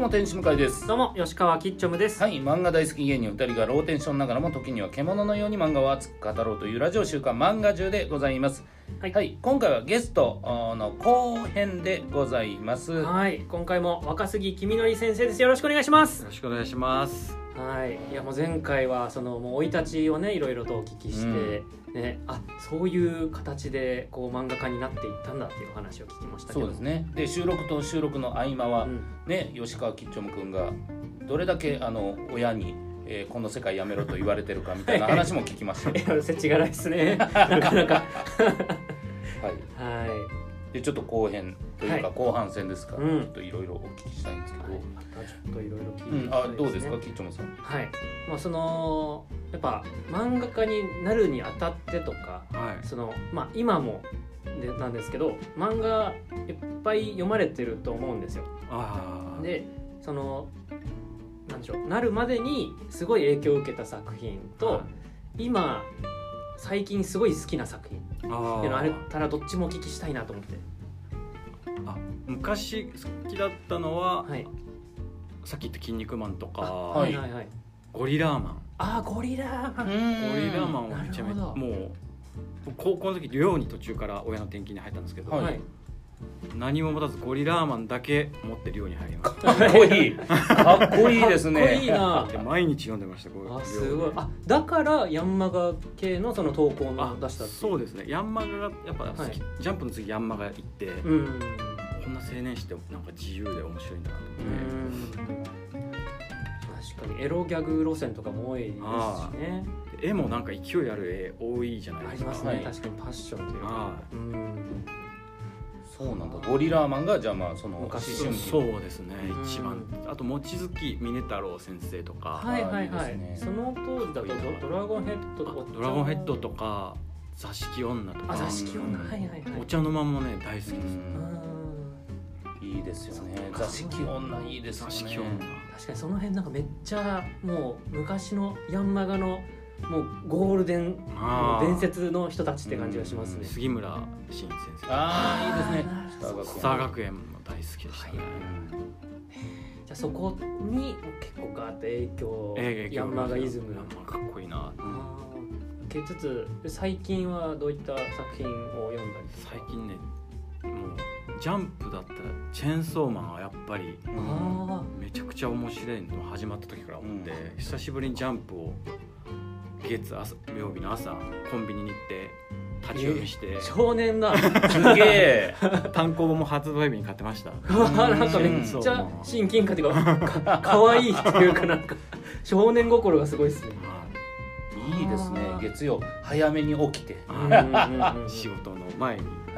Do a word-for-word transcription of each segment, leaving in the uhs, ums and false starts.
も天使向井です。 どうも吉川きっちょむです。 はい、漫画大好き芸人ふたりがローテンションながらも時には獣のように漫画を熱く語ろうというラジオ週刊漫画中でございます。はい、はい、今回はゲストの後編でございます。 はい、今回も若杉きみのり先生です。よろしくお願いします。 よろしくお願いします。 はい、いやもう前回はそのもう生い立ちをねいろいろとお聞きして、うんね、あそういう形でこう漫画家になっていったんだっていう話を聞きましたけど。 そうですね。で収録と収録の合間は、うん、ね吉川きっちょむくんがどれだけあの親に、えー、この世界やめろと言われてるかみたいな話も聞きました、ね。 いや世知辛いですね。なかなか。はい。 はい。でちょっと後編というか後半戦ですから、 はい、 ちょっといろいろお聞きしたいんですけど、はい、 またちょっといろいろ聞いてみたいですね。うん、あどうですかきっちょむさん。 はい。まあそのやっぱ漫画家になるにあたってとか、はい、そのまあ今もでなんですけど漫画いっぱい読まれてると思うんですよ。あでそのなんでしょうなるまでにすごい影響を受けた作品と、はい、今最近すごい好きな作品っていうのあれたらどっちもお聞きしたいなと思って。 あ昔好きだったのは、はい、さっき言った筋肉マンとか、はいはいはい、ゴリラーマン。 あゴリラーマン。 ゴリラーマンはめちゃめちゃもう高校の時寮に途中から親の転勤に入ったんですけど、はい、何も持たずゴリラーマンだけ持って寮に入りました。 かっこいいかっこいいですね。 かっこいいな。 で毎日読んでました。 あすごい。あだからヤンマガ系のその投稿の出したって。 そうですね。ヤンマガがやっぱ好き、はい、ジャンプの次ヤンマガ行って、うん、こんな青年誌ってなんか自由で面白いんだなと思って。 確かにエロギャグ路線とかも多いですしね。 絵もなんか勢いある絵多いじゃないですか。 ありますね、はい、確かにパッションというか。うん、 そうなんだ。ゴリラーマンがじゃあまあその昔そうですね、うん、一番。あと望月峰太郎先生とか、 はいはいはい、ね、その当時だとドラゴンヘッドとかドラゴンヘッドとか座敷女とか、 あ座敷女、はいはいはい、 お茶の間もね大好きです。 いいですよね。座敷女いいですよね。座敷女確かにその辺なんかめっちゃもう昔のヤンマガのもうゴールデン伝説の人たちって感じがしますね。 杉村真先生。 ああいいですね。 スター学園も大好きでしたね。 じゃあそこに結構ガーッと影響、えー、ヤンマガイズムかっこいいな受けつつ最近はどういった作品を読んだりとか。 最近ねもうジャンプだったらチェーンソーマンはやっぱりめちゃくちゃ面白いの始まった時から思って、うん、久しぶりにジャンプを月朝曜日の朝コンビニに行って立ち読みして、えー、 少年だすげえ単行本も発売日に買ってました。 なんかめっちゃ親近感っていうかか, かわいいっていうかなんか少年心がすごいですね。 いいですね。月曜早めに起きて仕事の前に、はい、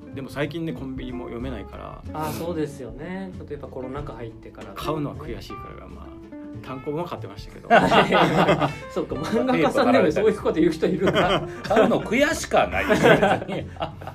でも最近ねコンビニも読めないから。 あそうですよね。ちょっとやっぱコロナ禍入ってから、ね、 買うのは悔しいからまあ単行本は買ってましたけどそうか漫画家さんでもそういうこと言う人いるから買うの悔しかないですね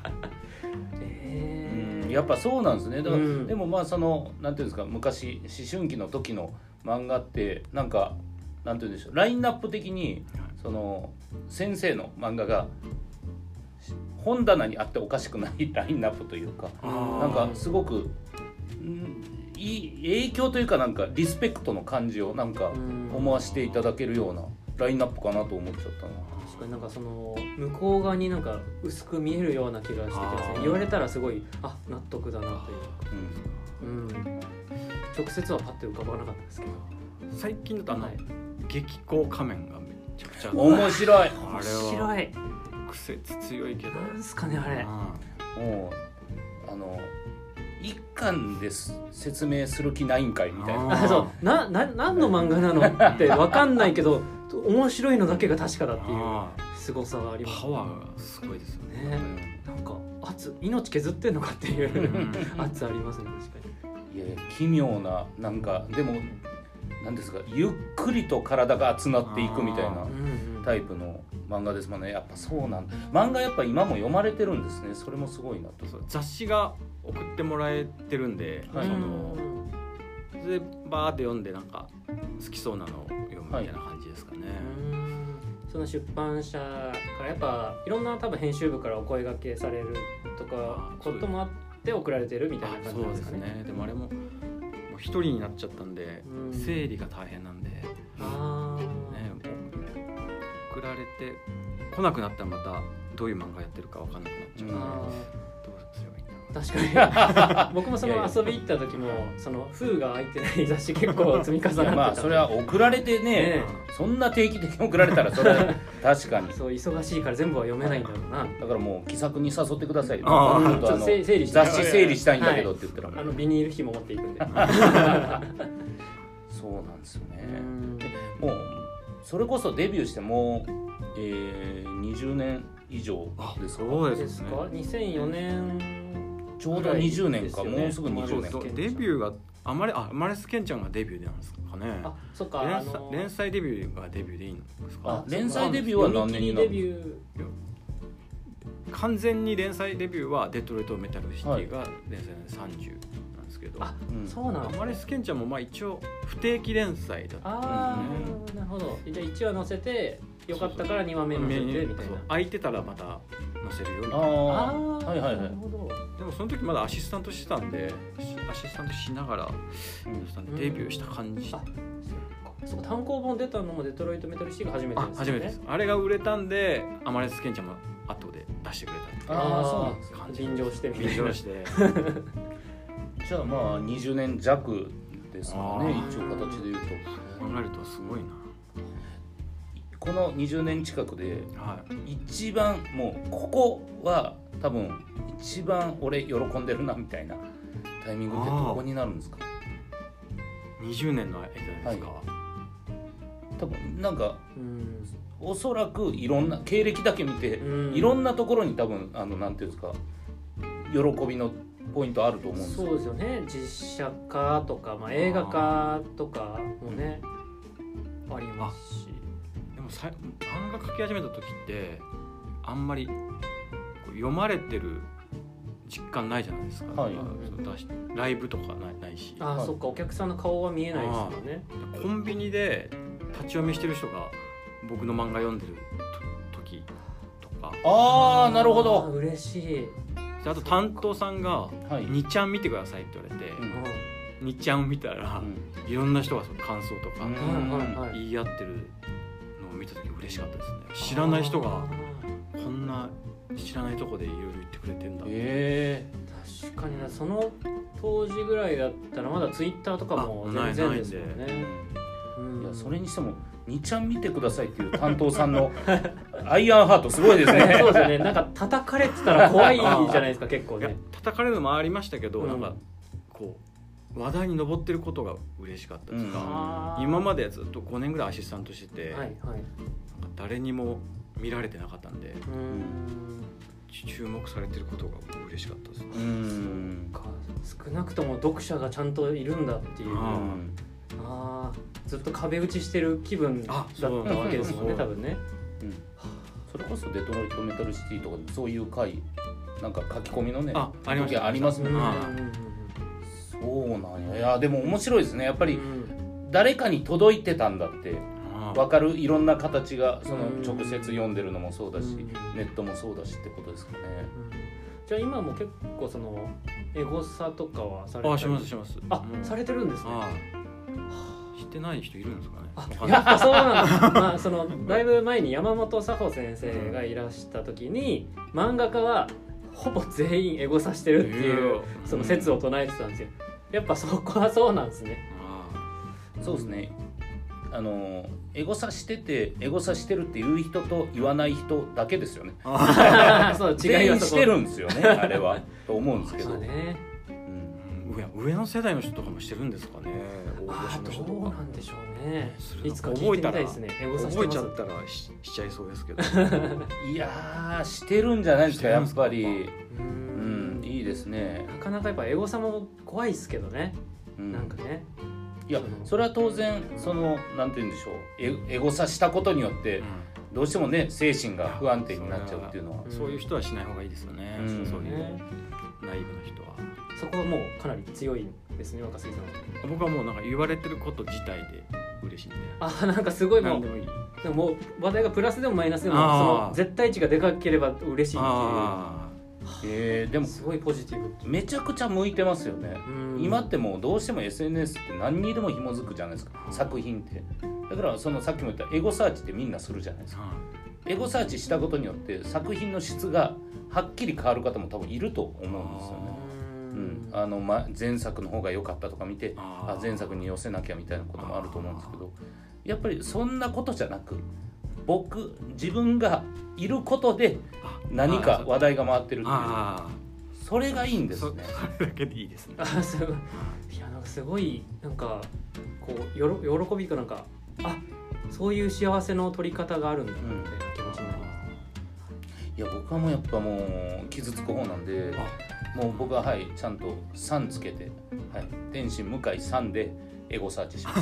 うんやっぱそうなんですね。だから、うん、でもまあそのなんていうんですか昔思春期の時の漫画ってなんかなんていうんでしょうラインナップ的にその先生の漫画が本棚にあっておかしくないラインナップというかなんかすごくんいい影響というかなんかリスペクトの感じをなんか思わせていただけるようなラインナップかなと思っちゃったな。 確かになんかその向こう側になんか薄く見えるような気がしてきますね。言われたらすごいあ納得だなというか、うんうん、直接はパッて浮かばなかったですけど最近だとあの、はい、激高仮面がめちゃくちゃ面白い。 あれは面白い癖強いけどなんすかねあれ。 もうあの一巻です説明する気ないんかいみたいな。 あそうなな何の漫画なのって分かんないけど面白いのだけが確かだっていう凄さはあります、ね、 パワーがすごいですよ ね, ねなんか圧命削ってんのかっていう圧ありますね確かに。いやいや奇妙ななんかでもなんですかゆっくりと体が熱なっていくみたいなタイプの漫画ですもんね。やっぱそうなんだ。漫画やっぱ今も読まれてるんですね。それもすごいなと。 雑誌が送ってもらえてるんで、はい、そのでバーって読んでなんか好きそうなのを読むみたいな感じですかね、はい、 うんその出版社からやっぱいろんな多分編集部からお声掛けされるとかこともあって送られてるみたいな感じなんですかね。 そうですね。でもあれももう一人になっちゃったんで、うん、整理が大変なんで、あ、ね、もう送られて来なくなったらまたどういう漫画やってるか分かんなくなっちゃうので、うん、どうすればいいんだろう。 確かに僕もその遊び行った時もその封が開いてない雑誌結構積み重なってた。 まあそれは送られて ね, ねそんな定期的に送られたらそれは確かにそう忙しいから全部は読めないんだろうな。 だからもう気さくに誘ってくださいよ。 ああちょっと整理して雑誌整理したいんだけどって言ったら、 はい、あのビニール紐持っていくんでそうなんですよね。もうそれこそデビューしてもう、えー、にじゅうねん以上ですか。 そうですね。 にせんよねんちょうどにじゅうねんか、ね、もうすぐにじゅうねんか。 デビューがアマレあアマレスケンちゃんがデビューなんですかね。 あ、そっか。 連載、 あのー、 連載デビューがデビューでいいんですか。 あ、連載デビューは何年になるの？ 完全に連載デビューはデトロイトメタルシティが連載でさんじゅうなんですけど、 あ、うん、そうなんですね。 アマレスケンちゃんもまあ一応不定期連載だったんですね。 あー、なるほど。じゃあいちわ載せてよかったからにわめ載せてみたいな。 空いてたらまた載せるよみたいな。 ああ、はいはいはい。なるほど。 でもその時まだアシスタントしてたんで、アシスタントしながら、うん、デビューした感じ。あ、 そうか。単行本出たのもデトロイトメタルシティが初めてですね。 あ、初めてです。あれが売れたんで、アマレスケンちゃんも後で出してくれた。 ああ、そうなんですか。便乗して便乗して。 じゃあまあにじゅうねん弱ですもんね。一応形で言うと。 考えるとすごいな。 このにじゅうねん近くで一番もうここは多分一番俺喜んでるなみたいなタイミングってどこになるんですか？ にじゅうねんの間ですか？はい、 多分なんかおそらくいろんな経歴だけ見ていろんなところに多分あのなんていうんですか喜びのポイントあると思うんですよ。 そうですよね。実写化とか、まあ、映画化とかもね あ, ありますし。 漫画描き始めた時ってあんまり読まれてる実感ないじゃないですか、はい、ライブとかない、ないし。 あ、はい、そっか。お客さんの顔は見えないですよね。 コンビニで立ち読みしてる人が僕の漫画読んでる時とか。 ああ、なるほど。 嬉しい。 あと担当さんが「にちゃん見てください」って言われて、うん、にちゃんを見たら、うん、いろんな人がその感想とか言い合ってる見た時嬉しかったですね。知らない人がこんな知らないとこでいろいろ言ってくれてんだ。 えー、確かにな。その当時ぐらいだったらまだツイッターとかも全然ですよね。 うん、いやそれにしてもにちゃん見てくださいっていう担当さんのアイアンハートすごいですね。 そうですね。なんか叩かれてたら怖いじゃないですか結構ね。 叩かれるのもありましたけど、うん、なんかこう話題に上ってることが嬉しかったですか、うん、今までずっとごねんぐらいアシスタントしてて、はいはい、誰にも見られてなかったんで、うん、注目されてることが嬉しかったですね。 うん、か少なくとも読者がちゃんといるんだっていう、ああずっと壁打ちしてる気分だったわけですもんね多分ね、うん、 それこそデトロイトメタルシティとかでそういう回なんか書き込みのねあありました、 ありますもんね。そうなんや。いやでも面白いですね。やっぱり誰かに届いてたんだって分かる。いろんな形がその直接読んでるのもそうだし、ネットもそうだしってことですかね。 じゃあ今も結構そのエゴサとかはされてる？ あ、しますします。 あ、されてるんですね。 知ってない人いるんですかね。 あ、やっぱそうなんだ。まあそのだいぶ前に山本佐穂先生がいらした時に漫画家はほぼ全員エゴサしてるっていうその説を唱えてたんですよ。やっぱそこはそうなんですね。 あ、そうですね。あのエゴサしててエゴサしてるって言う人と言わない人だけですよね。 そう違い全員してるんですよねあれはと思うんですけど。 ね、 うん、上, 上の世代の人とかもしてるんですかね。 ああどうなんでしょうね。いつか聞いてみたいですね。エゴサしてます。 覚えちゃったら し, しちゃいそうですけど。 いやーしてるんじゃないですかやっぱり。うん、いいですね。 なかなかやっぱエゴサも怖いですけどね、うん、なんかね。 いやそれは当然そのなんて言うんでしょう、エゴサしたことによって、うん、どうしてもね精神が不安定になっちゃうっていうのは、 うん、そういう人はしない方がいいですよね、うん、そういうナイーブな人は。 そこはもうかなり強いですね若杉さんは。 僕はもうなんか言われてること自体で嬉しいんで。 あ、なんかすごいもうでもいい。でももう話題がプラスでもマイナスでもその絶対値がでかければ嬉しいっていう。 えー、でもすごいポジティブってめちゃくちゃ向いてますよね。今ってもうどうしても エスエヌエス って何にでも紐づくじゃないですか、作品って。だからそのさっきも言ったエゴサーチってみんなするじゃないですか。エゴサーチしたことによって作品の質がはっきり変わる方も多分いると思うんですよね。うん、あのま、前作の方が良かったとか見て、あ前作に寄せなきゃみたいなこともあると思うんですけど、やっぱりそんなことじゃなく、僕自分がいることで何か話題が回ってるっていう、それがいいんですね。 それだけでいいですね。 あすごい、いやなんかすごいなんかこうよろ喜びかなんか、あそういう幸せの取り方があるんだって気持ちになります。 いや僕はもうやっぱもう傷つく方なんで、もう僕ははいちゃんとさんつけて、はい、天心向井さんでエゴサーチします。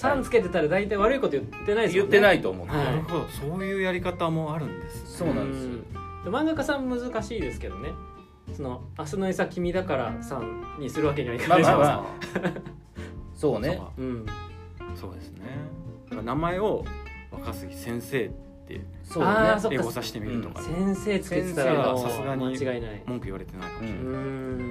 さんつけてたら大体悪いこと言ってないですよね。 言ってないと思う。 なるほど、そういうやり方もあるんです、ね。 そうなんです。 漫画家さん難しいですけどね。その明日の餌君だからさんにするわけにはいかないじゃないですか。まあまあまあ、 そうね。 そう、うん、そうですね。名前を若杉先生ってそう、ね、エゴサしてみるとか、 ね、先生つけてたらさすがに間違いない文句言われてないかもしれない。 うん、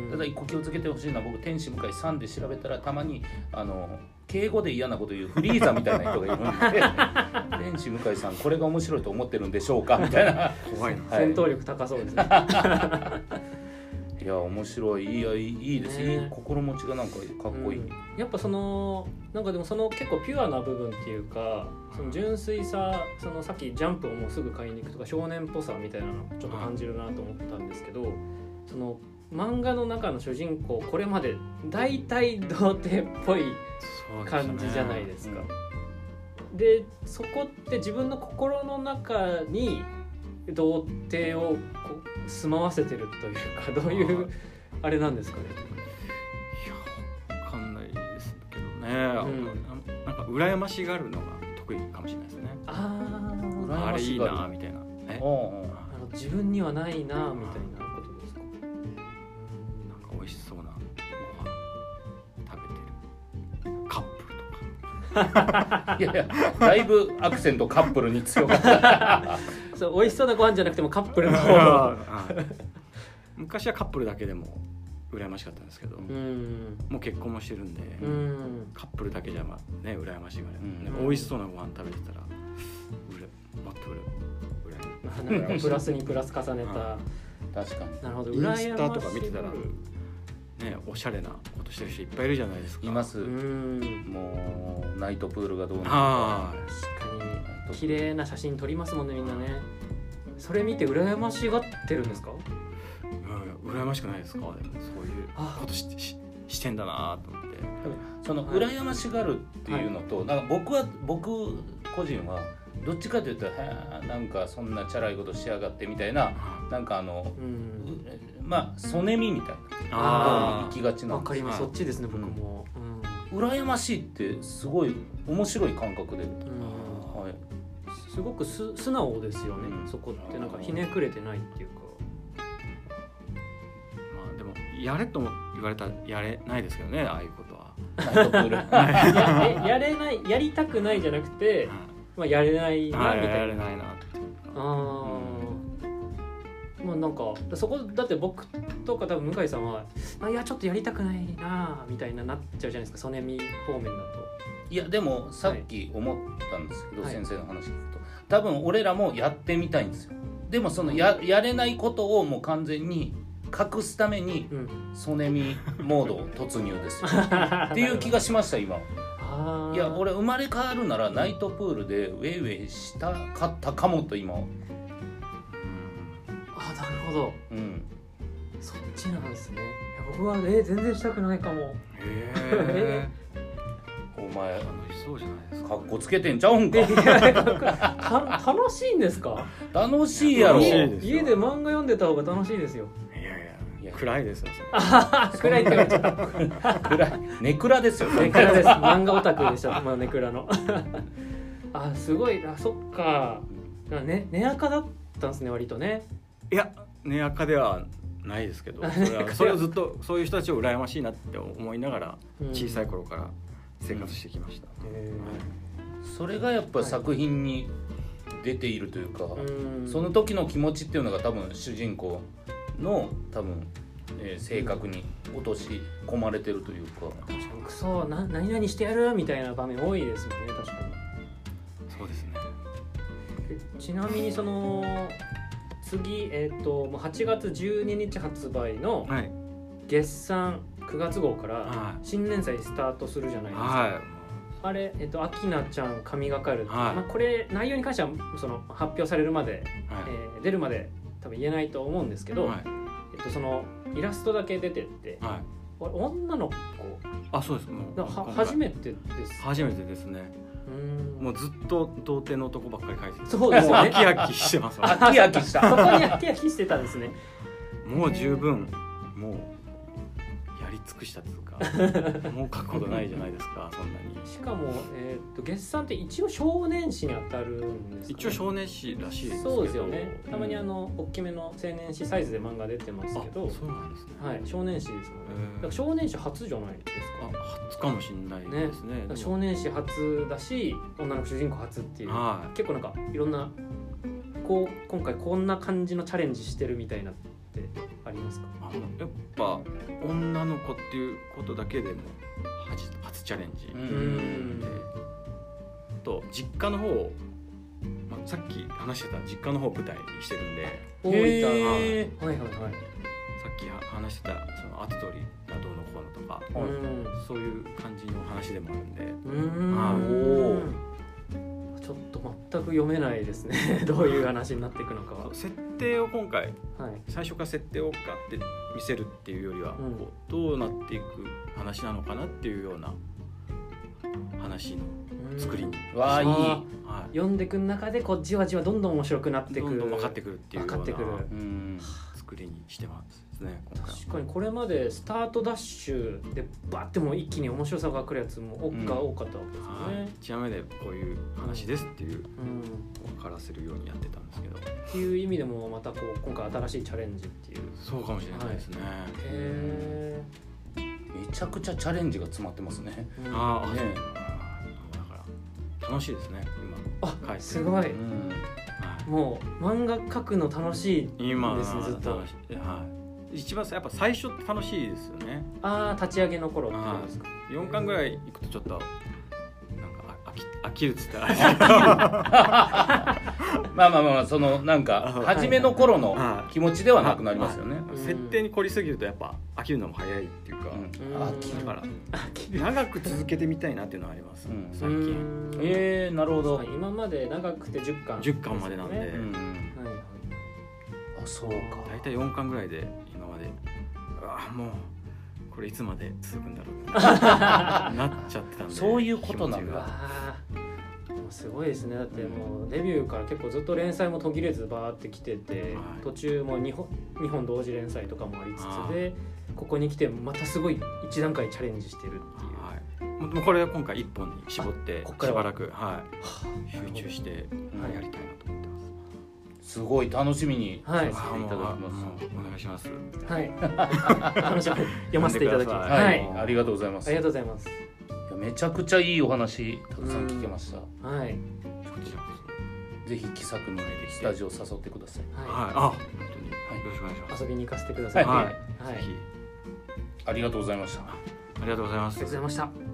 ただ一個気をつけてほしいのは、僕天使向井さんで調べたらたまにあの敬語で嫌なこと言うフリーザみたいな人がいるんで天使向井さんこれが面白いと思ってるんでしょうかみたいな怖いな、 はい、戦闘力高そうですね。 いや面白い、いいいいです、ね、いい心持ちがなんかかっこいい、うん、 やっぱそのなんかでもその結構ピュアな部分っていうか、その純粋さ、そのさっきジャンプをもうすぐ買いに行くとか少年っぽさみたいなのちょっと感じるなと思ったんですけど、その漫画の中の主人公これまで大体童貞っぽい感じじゃないですか。でそこって自分の心の中に童貞をこう住まわせてるというか、どういうあれなんですかね。 いや分かんないですけどね、うん、なんか羨ましがるのが得意かもしれないですね。 ああれいいなみたいな、 え自分にはないなみたいなことですか。 なんか美味しそうなご飯食べてるカップルとかいやいやだいぶアクセントカップルに強かったそう美味しそうなご飯じゃなくてもカップルの方昔はカップルだけでも羨ましかったんですけど、うん、もう結婚もしてるんで、うん、カップルだけじゃまあね羨ましいぐらい、うん、美味しそうなご飯食べてたらうれもっとうれ羨ましいプラスにプラス重ねた確かになるほど。 インスタとか見てたらね、おしゃれなことしてる人いっぱいいるじゃないですか。 います。うんもうナイトプールがどうなるか。確かに綺麗な写真撮りますもんねみんなね。それ見て羨ましがってるんですか。 うん、羨ましくないですか。でもそういうこと し, し, してんだなと思って。 その羨ましがるっていうのと、はい、なんか僕は僕個人はどっちかというとなんかそんなチャラいことしやがってみたいな、なんかあの、うん、まあソネミみたいな行きがちなんです。 わかります。そっちですね僕も、 うん、羨ましいってすごい面白い感覚で、うんはい、すごくす素直ですよね、うん、そこってなんかひねくれてないっていうか。 まあでもやれとも言われたらやれないですけどね、ああいうことは。 や, やれないやりたくないじゃなくて、まあ、やれないなみたいな。 やれないなっていうか。あうん、まあなんかそこだって僕とか多分向井さんは、あいやちょっとやりたくないなみたいななっちゃうじゃないですか、ソネミ方面だと。 いやでもさっき思ったんですけど、はい、先生の話聞くと多分俺らもやってみたいんですよ。でもその や, やれないことをもう完全に隠すために、うん、ソネミモード突入ですよっていう気がしました今。あいや俺生まれ変わるならナイトプールでウェイウェイしたかったかもと今。あなるほど、うん、そっちなんですね。いや僕は、えー、全然したくないかも。へえお前楽しそうじゃないですか。かっこつけてんちゃうんか。 楽しいんですか。 楽しいやろ。 家で漫画読んでた方が楽しいですよ。 いやいや暗いですよ。 暗いって言われちゃった。 暗い。ネクラですよ。 ネクラです。漫画オタクでした。まあネクラの。あすごい。あそっか。ねネアカだったんですね割とね。 いやネアカではないですけど、それはそれをずっとそういう人たちを羨ましいなって思いながら小さい頃から生活してきました。 うん、それがやっぱ作品に出ているというか、その時の気持ちっていうのが多分主人公の多分、えー、性格に落とし込まれてるというか、 確かにクソな何々してやるみたいな場面多いですもんね。確かにそうですね。 ちなみにその次、えー、ともうはちがつじゅうににち発売の月産くがつ号から新連載スタートするじゃないですか、はい、あれ、えー、とアキナちゃん神がかる、はい、まあ、これ内容に関してはその発表されるまで、はい、えー、出るまで多分言えないと思うんですけど、はい、えー、とそのイラストだけ出てって、はい、女の子、 あ、そうです、もうは初めてです初めてですね。うん、もうずっと童貞の男ばっかり描いてる。 そうですね。 飽き飽きしてます。 飽き飽きした。 そこに飽き飽きしてたんですね。 もう十分、もうやり尽くしたというか、もう書くことないじゃないですか、そんなに。 しかも、えー、と月産って一応少年誌に当たるんですかね。 一応少年誌らしいですけど。 そうですよね。たまにあの大きめの青年誌サイズで漫画出てますけど、 そうなんですね。 はい、少年誌ですもんね。だから少年誌初じゃないですか。 あ、初かもしれないですね。 ね、少年誌初だし、女の子主人公初っていう、はい、結構なんかいろんなこう今回こんな感じのチャレンジしてるみたいなってありますか？ あ、やっぱ女の子っていうことだけでも初、初チャレンジ。うん、で、と実家の方を、まあ、さっき話してた実家の方を舞台にしてるんで、 大分が、はいはいはい、 さっき話してたその跡取りがどうのこうのとか、うん、そういう感じの話でもあるんで、うん、あ、お、 ちょっと全く読めないですね。どういう話になっていくのかは。 設定を今回、はい、最初から設定をガッて見せるっていうよりは、うん、こうどうなっていく話なのかなっていうような話の作りに、 うん、わあいい、はい、 読んでいく中でこうじわじわどんどん面白くなっていく、 どんどん分かってくるっていうような分かってくる、 うん、作りにしてますね。今回確かにこれまでスタートダッシュでバッてもう一気に面白さが来るやつも多かったわけですよね。 いちわめでこういう話ですっていう、うん、分からせるようにやってたんですけど、 っていう意味でもまたこう今回新しいチャレンジっていう。 そうかもしれないですね、はい、 へー、めちゃくちゃチャレンジが詰まってますね、 うん、ああ、ね、だから楽しいですね今。 あ、すごい、うん、もう漫画描くの楽しいですね。今ずっと、はい、 一番やっぱ最初って楽しいですよね。 ああ、立ち上げの頃ってことですか。 よんかんぐらい行くとちょっとなんか飽き、飽きるっつったらまあまあまあ、そのなんか初めの頃の気持ちではなくなりますよね。 設定に凝りすぎるとやっぱ飽きるのも早いっていうか、うん、飽きるから長く続けてみたいなっていうのはあります、うん、最近。 えー、なるほど。 今まで長くてじゅっかん、 じゅっかんまでなんで、うん、はい、 あ、そうか。 大体よんかんぐらいで今まで、あ、もうこれいつまで続くんだろうってなっちゃってたんで。 そういうことなんだ。 すごいですね。だってもうデビューから結構ずっと連載も途切れずバーって来てて、はい、途中もにほん、にほん同時連載とかもありつつで、ここに来てまたすごい一段階チャレンジしてるっていう、 はい、もうこれは今回いっぽんに絞ってしばらく、はい、集中してやりたいなと思ってます。 すごい楽しみにさせていただきます。 お願いします。 はい。楽しみ読ませていただきます。 はい、ありがとうございます。 ありがとうございます。 めちゃくちゃいいお話たくさん聞けました。 はい。 ぜひ気さくにスタジオ誘ってください。 はい。あ、本当に。はい。よろしくお願いします。 遊びに行かせてください。はい。はい。 ありがとうございました。 ありがとうございます。 ありがとうございました。